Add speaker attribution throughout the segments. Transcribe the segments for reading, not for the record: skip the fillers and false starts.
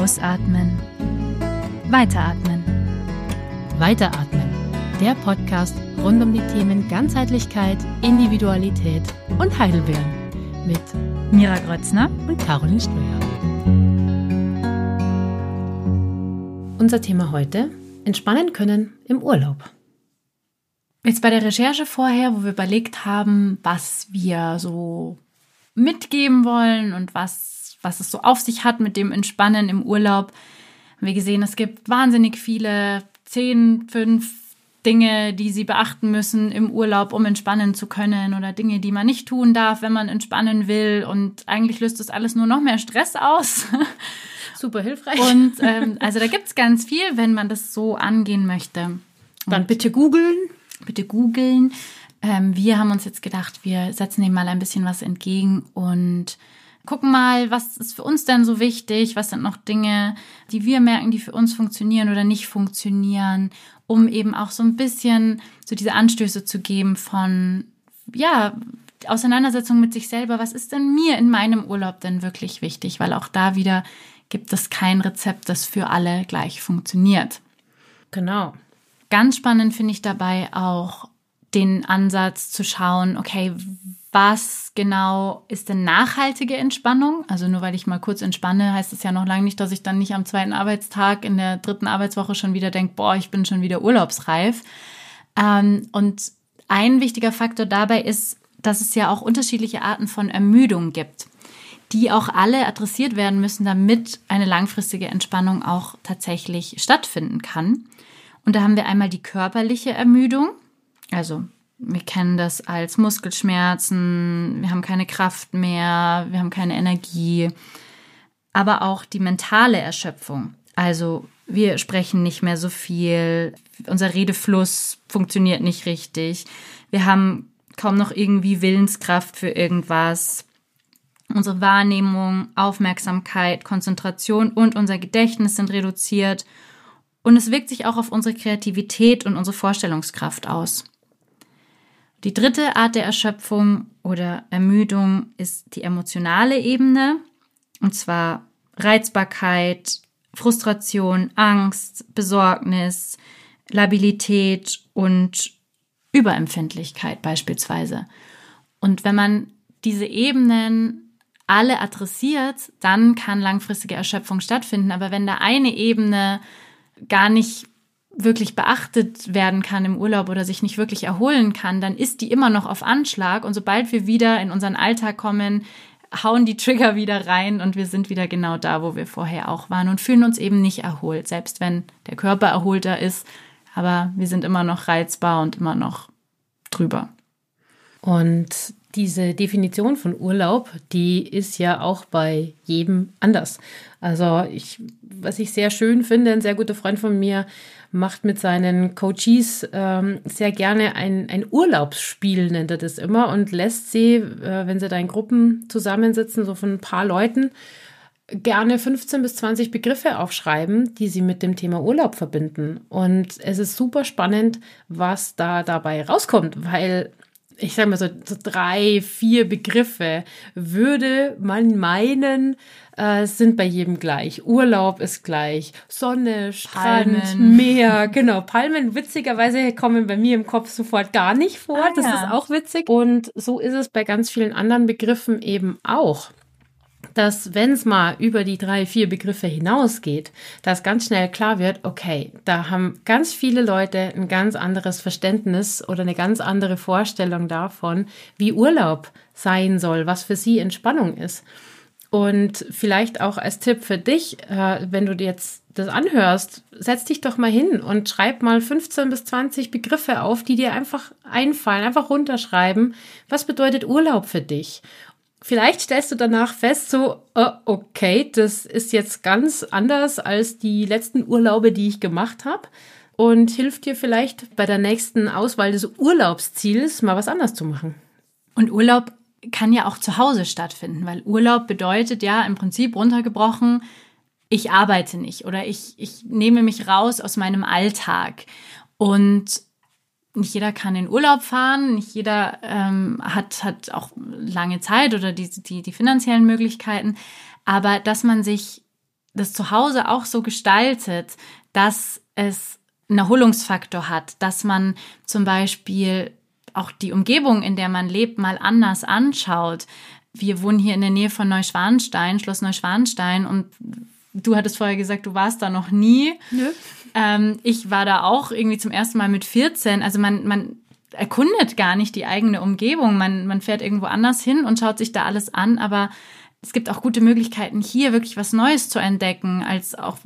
Speaker 1: Ausatmen. Weiteratmen.
Speaker 2: Weiteratmen. Der Podcast rund um die Themen Ganzheitlichkeit, Individualität und Heidelbeeren mit
Speaker 1: Mira Grötzner
Speaker 2: und Caroline Ströher. Unser Thema heute: Entspannen können im Urlaub.
Speaker 1: Jetzt bei der Recherche vorher, wo wir überlegt haben, was wir so mitgeben wollen und was es so auf sich hat mit dem Entspannen im Urlaub, haben wir gesehen, es gibt wahnsinnig viele 5 Dinge, die Sie beachten müssen im Urlaub, um entspannen zu können, oder Dinge, die man nicht tun darf, wenn man entspannen will, und eigentlich löst das alles nur noch mehr Stress aus.
Speaker 2: Super hilfreich.
Speaker 1: Und also da gibt es ganz viel, wenn man das so angehen möchte.
Speaker 2: Dann bitte googeln.
Speaker 1: Bitte googeln. Wir haben uns jetzt gedacht, wir setzen dem mal ein bisschen was entgegen und gucken mal, was ist für uns denn so wichtig, was sind noch Dinge, die wir merken, die für uns funktionieren oder nicht funktionieren, um eben auch so ein bisschen so diese Anstöße zu geben von, ja, Auseinandersetzung mit sich selber. Was ist denn mir in meinem Urlaub denn wirklich wichtig? Weil auch da wieder gibt es kein Rezept, das für alle gleich funktioniert.
Speaker 2: Genau.
Speaker 1: Ganz spannend finde ich dabei auch den Ansatz zu schauen, okay, was genau ist denn nachhaltige Entspannung? Also nur weil ich mal kurz entspanne, heißt es ja noch lange nicht, dass ich dann nicht am 2. Arbeitstag in der 3. Arbeitswoche schon wieder denke, boah, ich bin schon wieder urlaubsreif. Und ein wichtiger Faktor dabei ist, dass es ja auch unterschiedliche Arten von Ermüdung gibt, die auch alle adressiert werden müssen, damit eine langfristige Entspannung auch tatsächlich stattfinden kann. Und da haben wir einmal die körperliche Ermüdung, also wir kennen das als Muskelschmerzen, wir haben keine Kraft mehr, wir haben keine Energie, aber auch die mentale Erschöpfung. Also wir sprechen nicht mehr so viel, unser Redefluss funktioniert nicht richtig, wir haben kaum noch irgendwie Willenskraft für irgendwas. Unsere Wahrnehmung, Aufmerksamkeit, Konzentration und unser Gedächtnis sind reduziert. Und es wirkt sich auch auf unsere Kreativität und unsere Vorstellungskraft aus. Die dritte Art der Erschöpfung oder Ermüdung ist die emotionale Ebene. Und zwar Reizbarkeit, Frustration, Angst, Besorgnis, Labilität und Überempfindlichkeit beispielsweise. Und wenn man diese Ebenen alle adressiert, dann kann langfristige Erschöpfung stattfinden. Aber wenn da eine Ebene gar nicht wirklich beachtet werden kann im Urlaub oder sich nicht wirklich erholen kann, dann ist die immer noch auf Anschlag. Und sobald wir wieder in unseren Alltag kommen, hauen die Trigger wieder rein und wir sind wieder genau da, wo wir vorher auch waren und fühlen uns eben nicht erholt, selbst wenn der Körper erholter ist. Aber wir sind immer noch reizbar und immer noch drüber.
Speaker 2: Und diese Definition von Urlaub, die ist ja auch bei jedem anders. Also was ich sehr schön finde, ein sehr guter Freund von mir macht mit seinen Coaches sehr gerne ein Urlaubsspiel, nennt er das immer, und lässt sie, wenn sie da in Gruppen zusammensitzen, so von ein paar Leuten, gerne 15 bis 20 Begriffe aufschreiben, die sie mit dem Thema Urlaub verbinden. Und es ist super spannend, was da dabei rauskommt, weil ich sage mal so 3, 4 Begriffe würde man meinen, sind bei jedem gleich. Urlaub ist gleich. Sonne, Strand,
Speaker 1: Palmen.
Speaker 2: Meer, genau. Palmen, witzigerweise, kommen bei mir im Kopf sofort gar nicht vor. Das ist auch witzig. Und so ist es bei ganz vielen anderen Begriffen eben auch, dass wenn es mal über die 3, 4 Begriffe hinausgeht, dass ganz schnell klar wird, okay, da haben ganz viele Leute ein ganz anderes Verständnis oder eine ganz andere Vorstellung davon, wie Urlaub sein soll, was für sie Entspannung ist. Und vielleicht auch als Tipp für dich, wenn du dir jetzt das anhörst, setz dich doch mal hin und schreib mal 15 bis 20 Begriffe auf, die dir einfach einfallen, einfach runterschreiben. Was bedeutet Urlaub für dich? Vielleicht stellst du danach fest, so, okay, das ist jetzt ganz anders als die letzten Urlaube, die ich gemacht habe, und hilft dir vielleicht bei der nächsten Auswahl des Urlaubsziels mal was anders zu machen.
Speaker 1: Und Urlaub kann ja auch zu Hause stattfinden, weil Urlaub bedeutet ja im Prinzip runtergebrochen, ich arbeite nicht oder ich nehme mich raus aus meinem Alltag. Und nicht jeder kann in Urlaub fahren, nicht jeder hat auch lange Zeit oder die finanziellen Möglichkeiten. Aber dass man sich das Zuhause auch so gestaltet, dass es einen Erholungsfaktor hat, dass man zum Beispiel auch die Umgebung, in der man lebt, mal anders anschaut. Wir wohnen hier in der Nähe von Neuschwanstein, Schloss Neuschwanstein, und du hattest vorher gesagt, du warst da noch nie.
Speaker 2: Nö.
Speaker 1: Ich war da auch irgendwie zum ersten Mal mit 14. Also man erkundet gar nicht die eigene Umgebung. Man fährt irgendwo anders hin und schaut sich da alles an. Aber es gibt auch gute Möglichkeiten, hier wirklich was Neues zu entdecken, als auch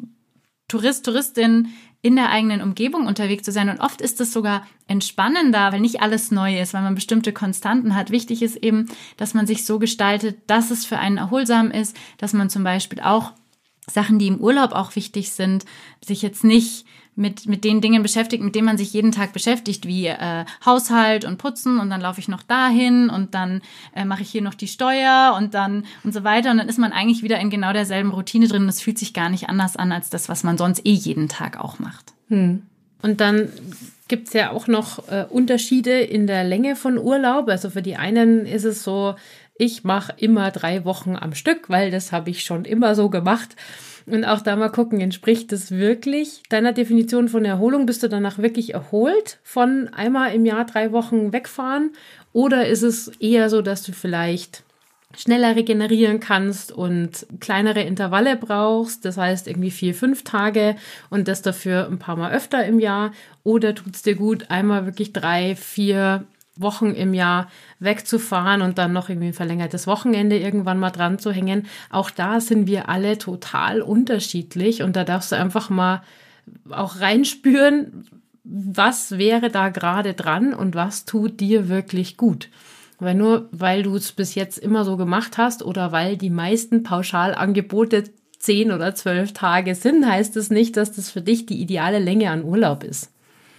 Speaker 1: Touristin in der eigenen Umgebung unterwegs zu sein. Und oft ist es sogar entspannender, weil nicht alles neu ist, weil man bestimmte Konstanten hat. Wichtig ist eben, dass man sich so gestaltet, dass es für einen erholsam ist, dass man zum Beispiel auch Sachen, die im Urlaub auch wichtig sind, sich jetzt nicht mit den Dingen beschäftigt, mit denen man sich jeden Tag beschäftigt, wie Haushalt und Putzen, und dann laufe ich noch dahin und dann mache ich hier noch die Steuer und dann und so weiter. Und dann ist man eigentlich wieder in genau derselben Routine drin. Und es fühlt sich gar nicht anders an, als das, was man sonst jeden Tag auch macht.
Speaker 2: Und dann gibt's ja auch noch Unterschiede in der Länge von Urlaub. Also für die einen ist es so, ich mache immer 3 Wochen am Stück, weil das habe ich schon immer so gemacht. Und auch da mal gucken, entspricht das wirklich deiner Definition von Erholung? Bist du danach wirklich erholt von einmal im Jahr 3 Wochen wegfahren? Oder ist es eher so, dass du vielleicht schneller regenerieren kannst und kleinere Intervalle brauchst? Das heißt irgendwie 4-5 Tage und das dafür ein paar Mal öfter im Jahr? Oder tut es dir gut, einmal wirklich 3-4 Wochen im Jahr wegzufahren und dann noch irgendwie ein verlängertes Wochenende irgendwann mal dran zu hängen? Auch da sind wir alle total unterschiedlich und da darfst du einfach mal auch reinspüren, was wäre da gerade dran und was tut dir wirklich gut. Weil nur weil du es bis jetzt immer so gemacht hast oder weil die meisten Pauschalangebote 10 oder 12 Tage sind, heißt es nicht, dass das für dich die ideale Länge an Urlaub ist.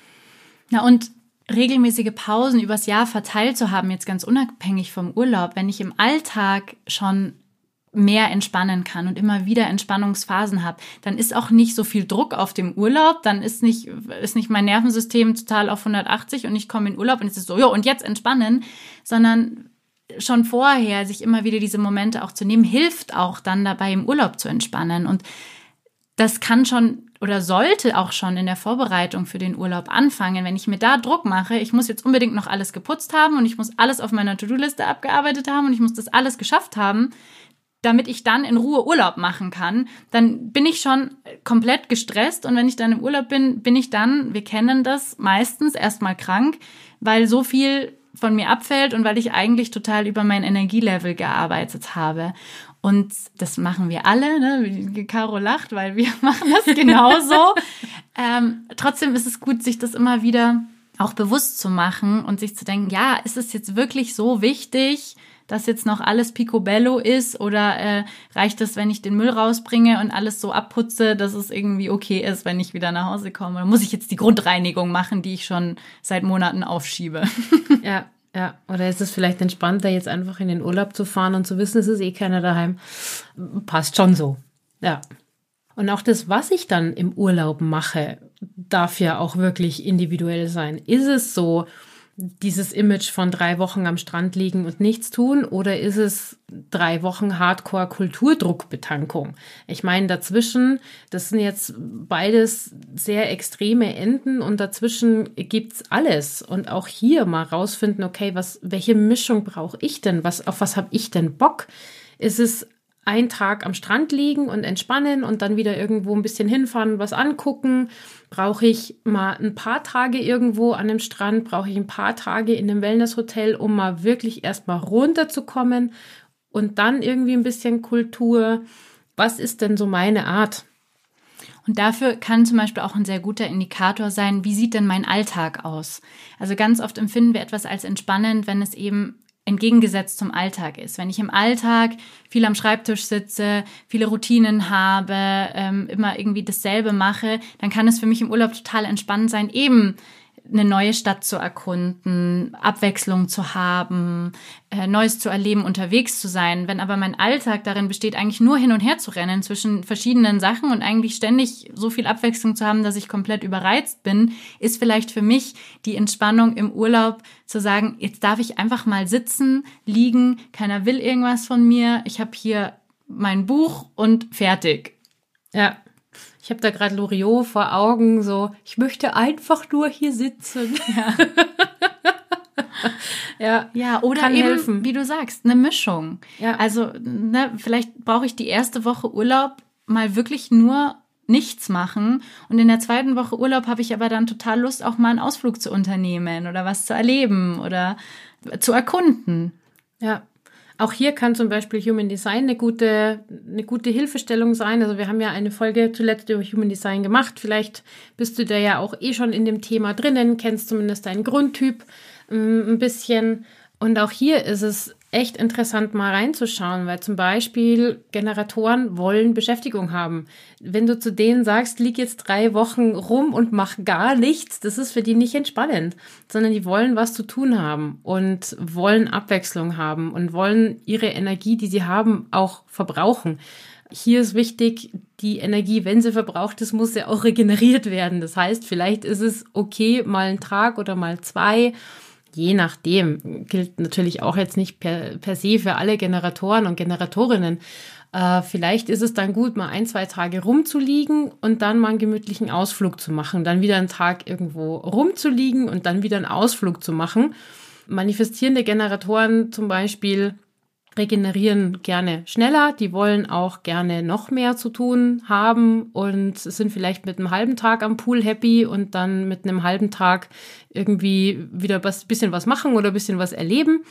Speaker 1: Na, und regelmäßige Pausen übers Jahr verteilt zu haben, jetzt ganz unabhängig vom Urlaub, wenn ich im Alltag schon mehr entspannen kann und immer wieder Entspannungsphasen habe, dann ist auch nicht so viel Druck auf dem Urlaub, dann ist nicht mein Nervensystem total auf 180 und ich komme in Urlaub und es ist so, ja, und jetzt entspannen, sondern schon vorher sich immer wieder diese Momente auch zu nehmen, hilft auch dann dabei, im Urlaub zu entspannen. Und das kann schon oder sollte auch schon in der Vorbereitung für den Urlaub anfangen. Wenn ich mir da Druck mache, ich muss jetzt unbedingt noch alles geputzt haben und ich muss alles auf meiner To-Do-Liste abgearbeitet haben und ich muss das alles geschafft haben, damit ich dann in Ruhe Urlaub machen kann, dann bin ich schon komplett gestresst. Und wenn ich dann im Urlaub bin, bin ich dann, wir kennen das, meistens erstmal krank, weil so viel von mir abfällt und weil ich eigentlich total über mein Energielevel gearbeitet habe. Und das machen wir alle, ne? Caro lacht, weil wir machen das genauso. Trotzdem ist es gut, sich das immer wieder auch bewusst zu machen und sich zu denken, ja, ist es jetzt wirklich so wichtig, dass jetzt noch alles picobello ist, oder reicht es, wenn ich den Müll rausbringe und alles so abputze, dass es irgendwie okay ist, wenn ich wieder nach Hause komme? Oder muss ich jetzt die Grundreinigung machen, die ich schon seit Monaten aufschiebe?
Speaker 2: Ja, oder ist es vielleicht entspannter, jetzt einfach in den Urlaub zu fahren und zu wissen, es ist eh keiner daheim? Passt schon so, ja. Und auch das, was ich dann im Urlaub mache, darf ja auch wirklich individuell sein. Ist es so, dieses Image von 3 Wochen am Strand liegen und nichts tun, oder ist es 3 Wochen Hardcore-Kulturdruckbetankung? Ich meine, dazwischen, das sind jetzt beides sehr extreme Enden und dazwischen gibt's alles. Und auch hier mal rausfinden, okay, welche Mischung brauche ich denn? Auf was habe ich denn Bock? Ist es einen Tag am Strand liegen und entspannen und dann wieder irgendwo ein bisschen hinfahren und was angucken? Brauche ich mal ein paar Tage irgendwo an dem Strand? Brauche ich ein paar Tage in einem Wellnesshotel, um mal wirklich erstmal runterzukommen und dann irgendwie ein bisschen Kultur? Was ist denn so meine Art?
Speaker 1: Und dafür kann zum Beispiel auch ein sehr guter Indikator sein, wie sieht denn mein Alltag aus? Also ganz oft empfinden wir etwas als entspannend, wenn es eben entgegengesetzt zum Alltag ist. Wenn ich im Alltag viel am Schreibtisch sitze, viele Routinen habe, immer irgendwie dasselbe mache, dann kann es für mich im Urlaub total entspannend sein, eben eine neue Stadt zu erkunden, Abwechslung zu haben, Neues zu erleben, unterwegs zu sein. Wenn aber mein Alltag darin besteht, eigentlich nur hin und her zu rennen zwischen verschiedenen Sachen und eigentlich ständig so viel Abwechslung zu haben, dass ich komplett überreizt bin, ist vielleicht für mich die Entspannung im Urlaub zu sagen, jetzt darf ich einfach mal sitzen, liegen, keiner will irgendwas von mir, ich habe hier mein Buch und fertig.
Speaker 2: Ja. Ich habe da gerade Loriot vor Augen, so, ich möchte einfach nur hier sitzen.
Speaker 1: Ja. Ja, oder kann eben, helfen. Wie du sagst, eine Mischung. Ja. Also, vielleicht brauche ich die erste Woche Urlaub mal wirklich nur nichts machen und in der zweiten Woche Urlaub habe ich aber dann total Lust, auch mal einen Ausflug zu unternehmen oder was zu erleben oder zu erkunden.
Speaker 2: Ja. Auch hier kann zum Beispiel Human Design eine gute Hilfestellung sein. Also wir haben ja eine Folge zuletzt über Human Design gemacht. Vielleicht bist du da ja auch schon in dem Thema drinnen, kennst zumindest deinen Grundtyp ein bisschen. Und auch hier ist es echt interessant, mal reinzuschauen, weil zum Beispiel Generatoren wollen Beschäftigung haben. Wenn du zu denen sagst, lieg jetzt 3 Wochen rum und mach gar nichts, das ist für die nicht entspannend, sondern die wollen was zu tun haben und wollen Abwechslung haben und wollen ihre Energie, die sie haben, auch verbrauchen. Hier ist wichtig, die Energie, wenn sie verbraucht ist, muss sie auch regeneriert werden. Das heißt, vielleicht ist es okay, mal einen Tag oder mal 2, je nachdem, gilt natürlich auch jetzt nicht per se für alle Generatoren und Generatorinnen. Vielleicht ist es dann gut, mal 1, 2 Tage rumzuliegen und dann mal einen gemütlichen Ausflug zu machen. Dann wieder einen Tag irgendwo rumzuliegen und dann wieder einen Ausflug zu machen. Manifestierende Generatoren zum Beispiel regenerieren gerne schneller, die wollen auch gerne noch mehr zu tun haben und sind vielleicht mit einem halben Tag am Pool happy und dann mit einem halben Tag irgendwie wieder ein bisschen was machen oder ein bisschen was erleben.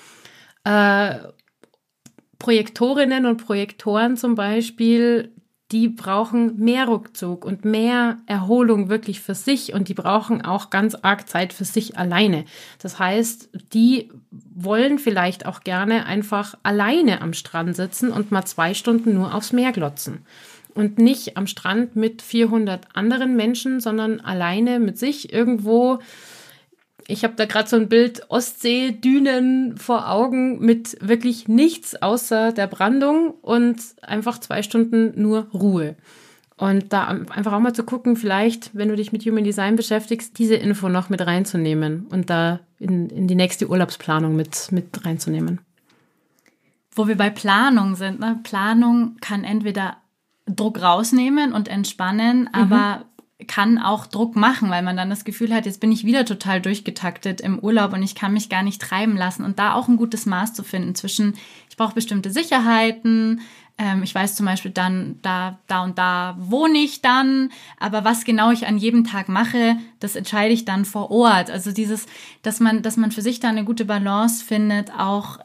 Speaker 2: Projektorinnen und Projektoren zum Beispiel, die brauchen mehr Rückzug und mehr Erholung wirklich für sich und die brauchen auch ganz arg Zeit für sich alleine. Das heißt, die wollen vielleicht auch gerne einfach alleine am Strand sitzen und mal 2 Stunden nur aufs Meer glotzen. Und nicht am Strand mit 400 anderen Menschen, sondern alleine mit sich irgendwo. Ich habe da gerade so ein Bild Ostsee-Dünen vor Augen mit wirklich nichts außer der Brandung und einfach 2 Stunden nur Ruhe. Und da einfach auch mal zu gucken, vielleicht, wenn du dich mit Human Design beschäftigst, diese Info noch mit reinzunehmen und da in die nächste Urlaubsplanung mit reinzunehmen.
Speaker 1: Wo wir bei Planung sind, ne? Planung kann entweder Druck rausnehmen und entspannen, aber kann auch Druck machen, weil man dann das Gefühl hat, jetzt bin ich wieder total durchgetaktet im Urlaub und ich kann mich gar nicht treiben lassen. Und da auch ein gutes Maß zu finden zwischen, ich brauche bestimmte Sicherheiten, ich weiß zum Beispiel dann, da und da wohne ich dann, aber was genau ich an jedem Tag mache, das entscheide ich dann vor Ort. Also dieses, dass man für sich da eine gute Balance findet, auch,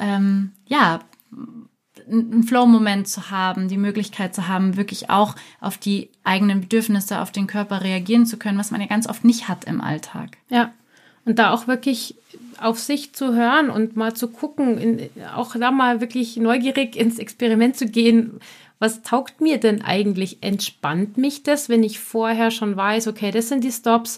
Speaker 1: einen Flow-Moment zu haben, die Möglichkeit zu haben, wirklich auch auf die eigenen Bedürfnisse, auf den Körper reagieren zu können, was man ja ganz oft nicht hat im Alltag.
Speaker 2: Ja, und da auch wirklich auf sich zu hören und mal zu gucken, auch da mal wirklich neugierig ins Experiment zu gehen. Was taugt mir denn eigentlich? Entspannt mich das, wenn ich vorher schon weiß, okay, das sind die Stops,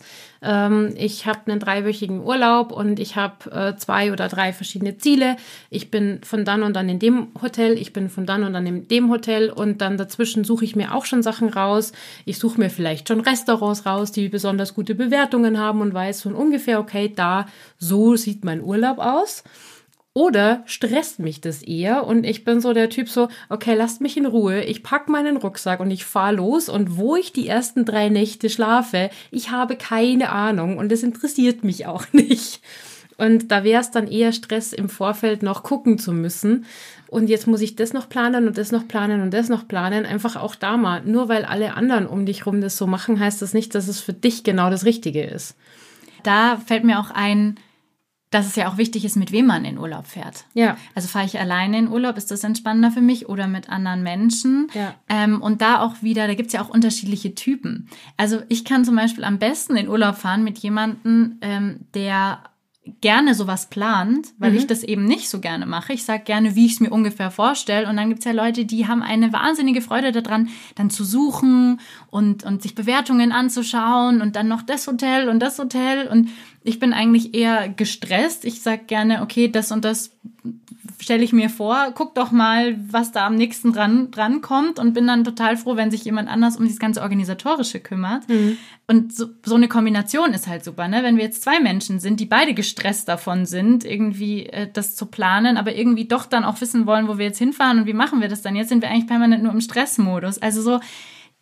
Speaker 2: ich habe einen 3-wöchigen Urlaub und ich habe 2 oder 3 verschiedene Ziele. Ich bin von dann und dann in dem Hotel, ich bin von dann und dann in dem Hotel und dann dazwischen suche ich mir auch schon Sachen raus. Ich suche mir vielleicht schon Restaurants raus, die besonders gute Bewertungen haben und weiß schon ungefähr, okay, so sieht mein Urlaub aus. Oder stresst mich das eher und ich bin so der Typ so, okay, lasst mich in Ruhe, ich pack meinen Rucksack und ich fahre los und wo ich die ersten 3 Nächte schlafe, ich habe keine Ahnung und das interessiert mich auch nicht. Und da wäre es dann eher Stress im Vorfeld noch gucken zu müssen und jetzt muss ich das noch planen und das noch planen und das noch planen, einfach auch da mal. Nur weil alle anderen um dich rum das so machen, heißt das nicht, dass es für dich genau das Richtige ist.
Speaker 1: Da fällt mir auch ein, dass es ja auch wichtig ist, mit wem man in Urlaub fährt.
Speaker 2: Ja.
Speaker 1: Also fahre ich alleine in Urlaub, ist das entspannender für mich oder mit anderen Menschen?
Speaker 2: Ja.
Speaker 1: Und da auch wieder, da gibt es ja auch unterschiedliche Typen. Also ich kann zum Beispiel am besten in Urlaub fahren mit jemandem, der gerne sowas plant, weil ich das eben nicht so gerne mache. Ich sage gerne, wie ich es mir ungefähr vorstelle. Und dann gibt es ja Leute, die haben eine wahnsinnige Freude daran, dann zu suchen und sich Bewertungen anzuschauen und dann noch das Hotel und das Hotel. Und ich bin eigentlich eher gestresst. Ich sage gerne, okay, das und das stelle ich mir vor. Guck doch mal, was da am nächsten dran kommt und bin dann total froh, wenn sich jemand anders um das ganze Organisatorische kümmert. Und so eine Kombination ist halt super, ne? Wenn wir jetzt 2 Menschen sind, die beide gestresst davon sind, irgendwie das zu planen, aber irgendwie doch dann auch wissen wollen, wo wir jetzt hinfahren und wie machen wir das dann? Jetzt sind wir eigentlich permanent nur im Stressmodus. Also so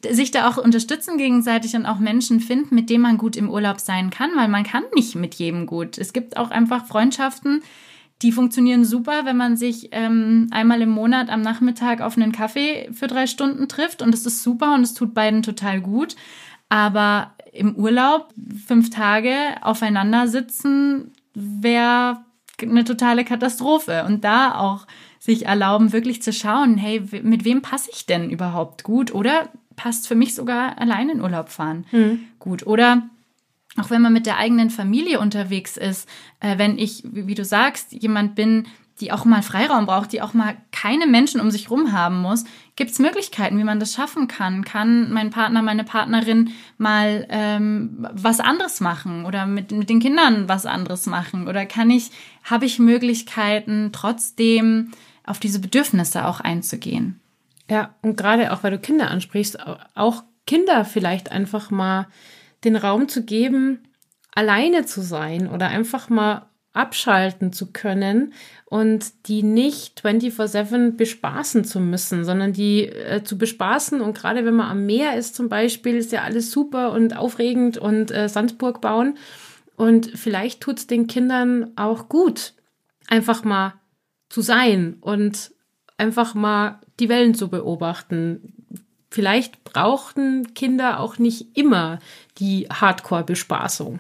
Speaker 1: sich da auch unterstützen gegenseitig und auch Menschen finden, mit denen man gut im Urlaub sein kann, weil man kann nicht mit jedem gut. Es gibt auch einfach Freundschaften, die funktionieren super, wenn man sich einmal im Monat am Nachmittag auf einen Kaffee für 3 Stunden trifft und es ist super und es tut beiden total gut. Aber im Urlaub 5 Tage aufeinander sitzen wäre eine totale Katastrophe. Und da auch sich erlauben, wirklich zu schauen, hey, mit wem passe ich denn überhaupt gut? Oder passt für mich sogar allein in Urlaub fahren gut? Oder auch wenn man mit der eigenen Familie unterwegs ist, wenn ich, wie du sagst, jemand bin, die auch mal Freiraum braucht, die auch mal keine Menschen um sich rum haben muss, gibt es Möglichkeiten, wie man das schaffen kann. Kann mein Partner, meine Partnerin mal was anderes machen oder mit den Kindern was anderes machen? Oder habe ich Möglichkeiten, trotzdem auf diese Bedürfnisse auch einzugehen?
Speaker 2: Ja, und gerade auch, weil du Kinder ansprichst, auch Kinder vielleicht einfach mal den Raum zu geben, alleine zu sein oder einfach mal abschalten zu können und die nicht 24/7 bespaßen zu müssen, sondern die zu bespaßen. Und gerade wenn man am Meer ist zum Beispiel, ist ja alles super und aufregend und Sandburg bauen. Und vielleicht tut es den Kindern auch gut, einfach mal zu sein und einfach mal die Wellen zu beobachten. Vielleicht brauchten Kinder auch nicht immer die Hardcore-Bespaßung.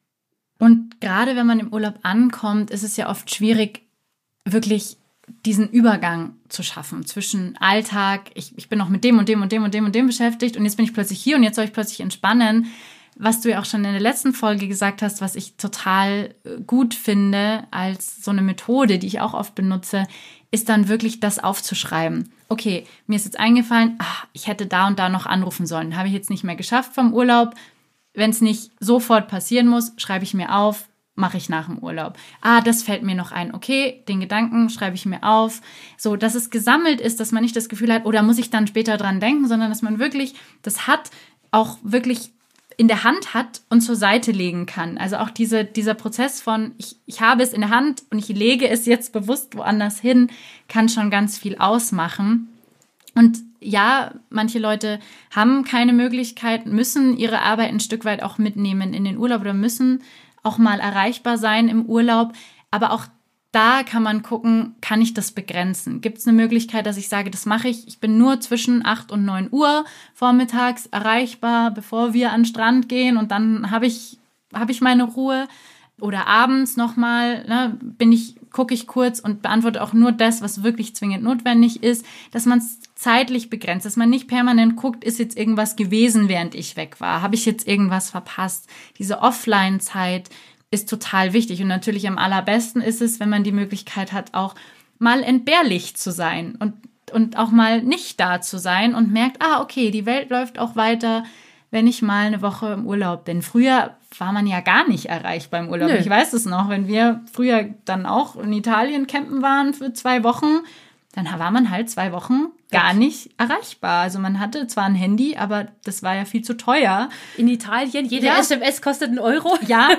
Speaker 1: Und gerade wenn man im Urlaub ankommt, ist es ja oft schwierig, wirklich diesen Übergang zu schaffen zwischen Alltag, ich bin noch mit dem und dem und dem und dem und dem beschäftigt und jetzt bin ich plötzlich hier und jetzt soll ich plötzlich entspannen. Was du ja auch schon in der letzten Folge gesagt hast, was ich total gut finde als so eine Methode, die ich auch oft benutze, ist dann wirklich das aufzuschreiben. Okay, mir ist jetzt eingefallen, ich hätte da und da noch anrufen sollen. Habe ich jetzt nicht mehr geschafft vom Urlaub. Wenn es nicht sofort passieren muss, schreibe ich mir auf, mache ich nach dem Urlaub. Das fällt mir noch ein. Okay, den Gedanken schreibe ich mir auf. So, dass es gesammelt ist, dass man nicht das Gefühl hat, da muss ich dann später dran denken, sondern dass man wirklich das hat, auch wirklich in der Hand hat und zur Seite legen kann. Also auch dieser Prozess von, ich habe es in der Hand und ich lege es jetzt bewusst woanders hin, kann schon ganz viel ausmachen. Und ja, manche Leute haben keine Möglichkeit, müssen ihre Arbeit ein Stück weit auch mitnehmen in den Urlaub oder müssen auch mal erreichbar sein im Urlaub. Aber auch da kann man gucken, kann ich das begrenzen? Gibt es eine Möglichkeit, dass ich sage, das mache ich? Ich bin nur zwischen 8 und 9 Uhr vormittags erreichbar, bevor wir an den Strand gehen und dann habe ich meine Ruhe. Oder abends nochmal, gucke ich kurz und beantworte auch nur das, was wirklich zwingend notwendig ist, dass man es zeitlich begrenzt, dass man nicht permanent guckt, ist jetzt irgendwas gewesen, während ich weg war? Habe ich jetzt irgendwas verpasst? Diese Offline-Zeit ist total wichtig und natürlich am allerbesten ist es, wenn man die Möglichkeit hat, auch mal entbehrlich zu sein und auch mal nicht da zu sein und merkt, okay, die Welt läuft auch weiter, wenn ich mal eine Woche im Urlaub bin. Früher war man ja gar nicht erreichbar im Urlaub. Nö. Ich weiß es noch, wenn wir früher dann auch in Italien campen waren für 2 Wochen, dann war man halt 2 Wochen gar nicht erreichbar. Also man hatte zwar ein Handy, aber das war ja viel zu teuer.
Speaker 2: In Italien, jede SMS kostet 1 Euro.
Speaker 1: Ja,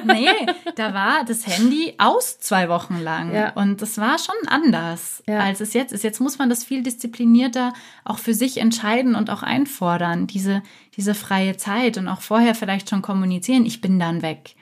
Speaker 1: da war das Handy aus 2 Wochen lang. Ja. Und das war schon anders, als es jetzt ist. Jetzt muss man das viel disziplinierter auch für sich entscheiden und auch einfordern, diese freie Zeit und auch vorher vielleicht schon kommunizieren, ich bin dann weg.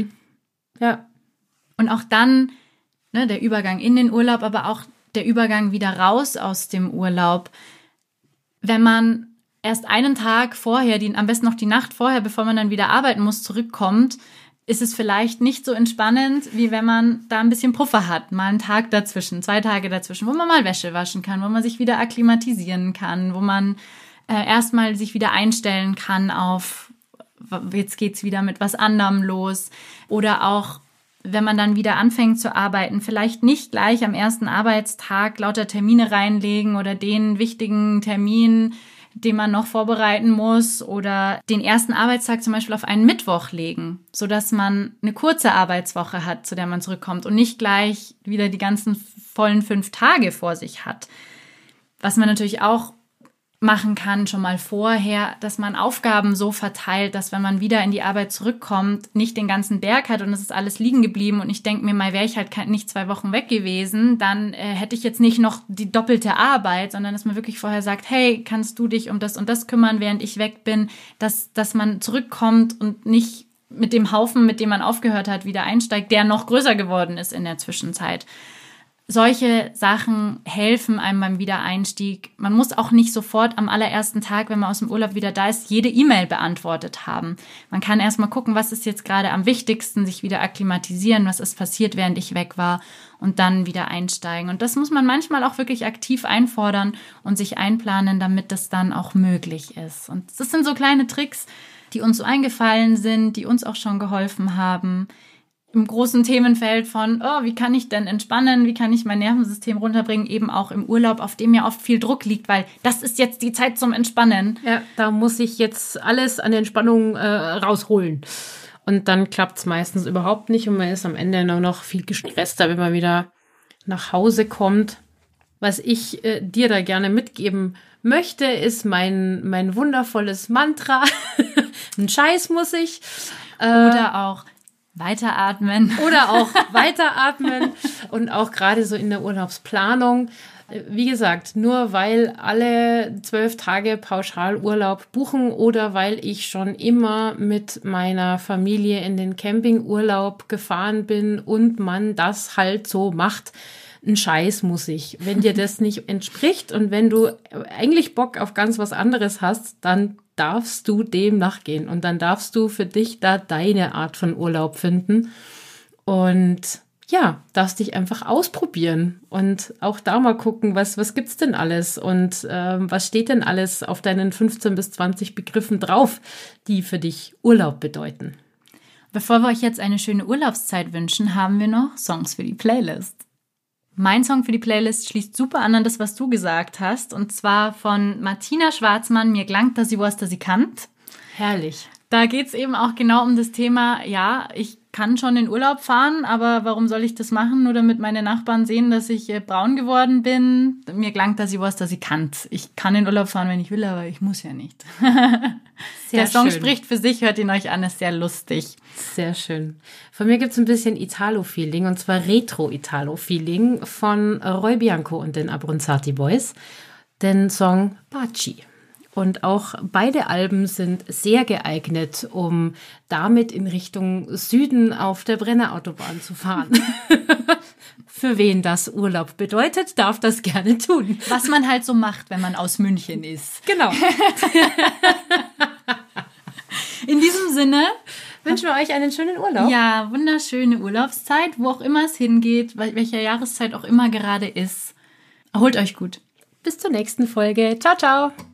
Speaker 2: Ja.
Speaker 1: Und auch dann, der Übergang in den Urlaub, aber auch der Übergang wieder raus aus dem Urlaub. Wenn man erst einen Tag vorher, am besten noch die Nacht vorher, bevor man dann wieder arbeiten muss, zurückkommt, ist es vielleicht nicht so entspannend, wie wenn man da ein bisschen Puffer hat. Mal einen Tag dazwischen, 2 Tage dazwischen, wo man mal Wäsche waschen kann, wo man sich wieder akklimatisieren kann, wo man erstmal sich wieder einstellen kann auf, jetzt geht's wieder mit was anderem los. Oder auch, wenn man dann wieder anfängt zu arbeiten, vielleicht nicht gleich am ersten Arbeitstag lauter Termine reinlegen oder den wichtigen Termin, den man noch vorbereiten muss oder den ersten Arbeitstag zum Beispiel auf einen Mittwoch legen, sodass man eine kurze Arbeitswoche hat, zu der man zurückkommt und nicht gleich wieder die ganzen vollen 5 Tage vor sich hat. Was man natürlich auch machen kann, schon mal vorher, dass man Aufgaben so verteilt, dass wenn man wieder in die Arbeit zurückkommt, nicht den ganzen Berg hat und es ist alles liegen geblieben und ich denke mir mal, wäre ich halt nicht 2 Wochen weg gewesen, dann hätte ich jetzt nicht noch die doppelte Arbeit, sondern dass man wirklich vorher sagt, hey, kannst du dich um das und das kümmern, während ich weg bin, dass man zurückkommt und nicht mit dem Haufen, mit dem man aufgehört hat, wieder einsteigt, der noch größer geworden ist in der Zwischenzeit. Solche Sachen helfen einem beim Wiedereinstieg. Man muss auch nicht sofort am allerersten Tag, wenn man aus dem Urlaub wieder da ist, jede E-Mail beantwortet haben. Man kann erstmal gucken, was ist jetzt gerade am wichtigsten, sich wieder akklimatisieren, was ist passiert, während ich weg war und dann wieder einsteigen. Und das muss man manchmal auch wirklich aktiv einfordern und sich einplanen, damit das dann auch möglich ist. Und das sind so kleine Tricks, die uns so eingefallen sind, die uns auch schon geholfen haben. Im großen Themenfeld von, wie kann ich denn entspannen, wie kann ich mein Nervensystem runterbringen, eben auch im Urlaub, auf dem ja oft viel Druck liegt, weil das ist jetzt die Zeit zum Entspannen.
Speaker 2: Ja, da muss ich jetzt alles an Entspannung rausholen. Und dann klappt es meistens überhaupt nicht und man ist am Ende nur noch viel gestresster, wenn man wieder nach Hause kommt. Was ich dir da gerne mitgeben möchte, ist mein wundervolles Mantra. Ein Scheiß muss ich.
Speaker 1: Oder auch weiteratmen.
Speaker 2: Und auch gerade so in der Urlaubsplanung. Wie gesagt, nur weil alle 12 Tage Pauschalurlaub buchen oder weil ich schon immer mit meiner Familie in den Campingurlaub gefahren bin und man das halt so macht, ein Scheiß muss ich. Wenn dir das nicht entspricht und wenn du eigentlich Bock auf ganz was anderes hast, dann darfst du dem nachgehen und dann darfst du für dich da deine Art von Urlaub finden und ja, darfst dich einfach ausprobieren und auch da mal gucken, was gibt's denn alles und was steht denn alles auf deinen 15 bis 20 Begriffen drauf, die für dich Urlaub bedeuten.
Speaker 1: Bevor wir euch jetzt eine schöne Urlaubszeit wünschen, haben wir noch Songs für die Playlist. Mein Song für die Playlist schließt super an das, was du gesagt hast. Und zwar von Martina Schwarzmann, Mir gelangt, dass sie was, dass sie kannt.
Speaker 2: Herrlich.
Speaker 1: Da geht's eben auch genau um das Thema, ja, ich kann schon in Urlaub fahren, aber warum soll ich das machen? Nur damit meine Nachbarn sehen, dass ich braun geworden bin. Mir gelangt, dass sie was, dass sie kannt. Ich kann in Urlaub fahren, wenn ich will, aber ich muss ja nicht. Der Song spricht für sich, hört ihn euch an, ist sehr lustig.
Speaker 2: Sehr schön. Von mir gibt's ein bisschen Italo-Feeling, und zwar Retro-Italo-Feeling von Roy Bianco und den Abronzati Boys, den Song Baci. Und auch beide Alben sind sehr geeignet, um damit in Richtung Süden auf der Brennerautobahn zu fahren. Für wen das Urlaub bedeutet, darf das gerne tun.
Speaker 1: Was man halt so macht, wenn man aus München ist.
Speaker 2: Genau.
Speaker 1: In diesem Sinne
Speaker 2: wünschen wir euch einen schönen Urlaub.
Speaker 1: Ja, wunderschöne Urlaubszeit, wo auch immer es hingeht, welcher Jahreszeit auch immer gerade ist. Erholt euch gut.
Speaker 2: Bis zur nächsten Folge. Ciao, ciao.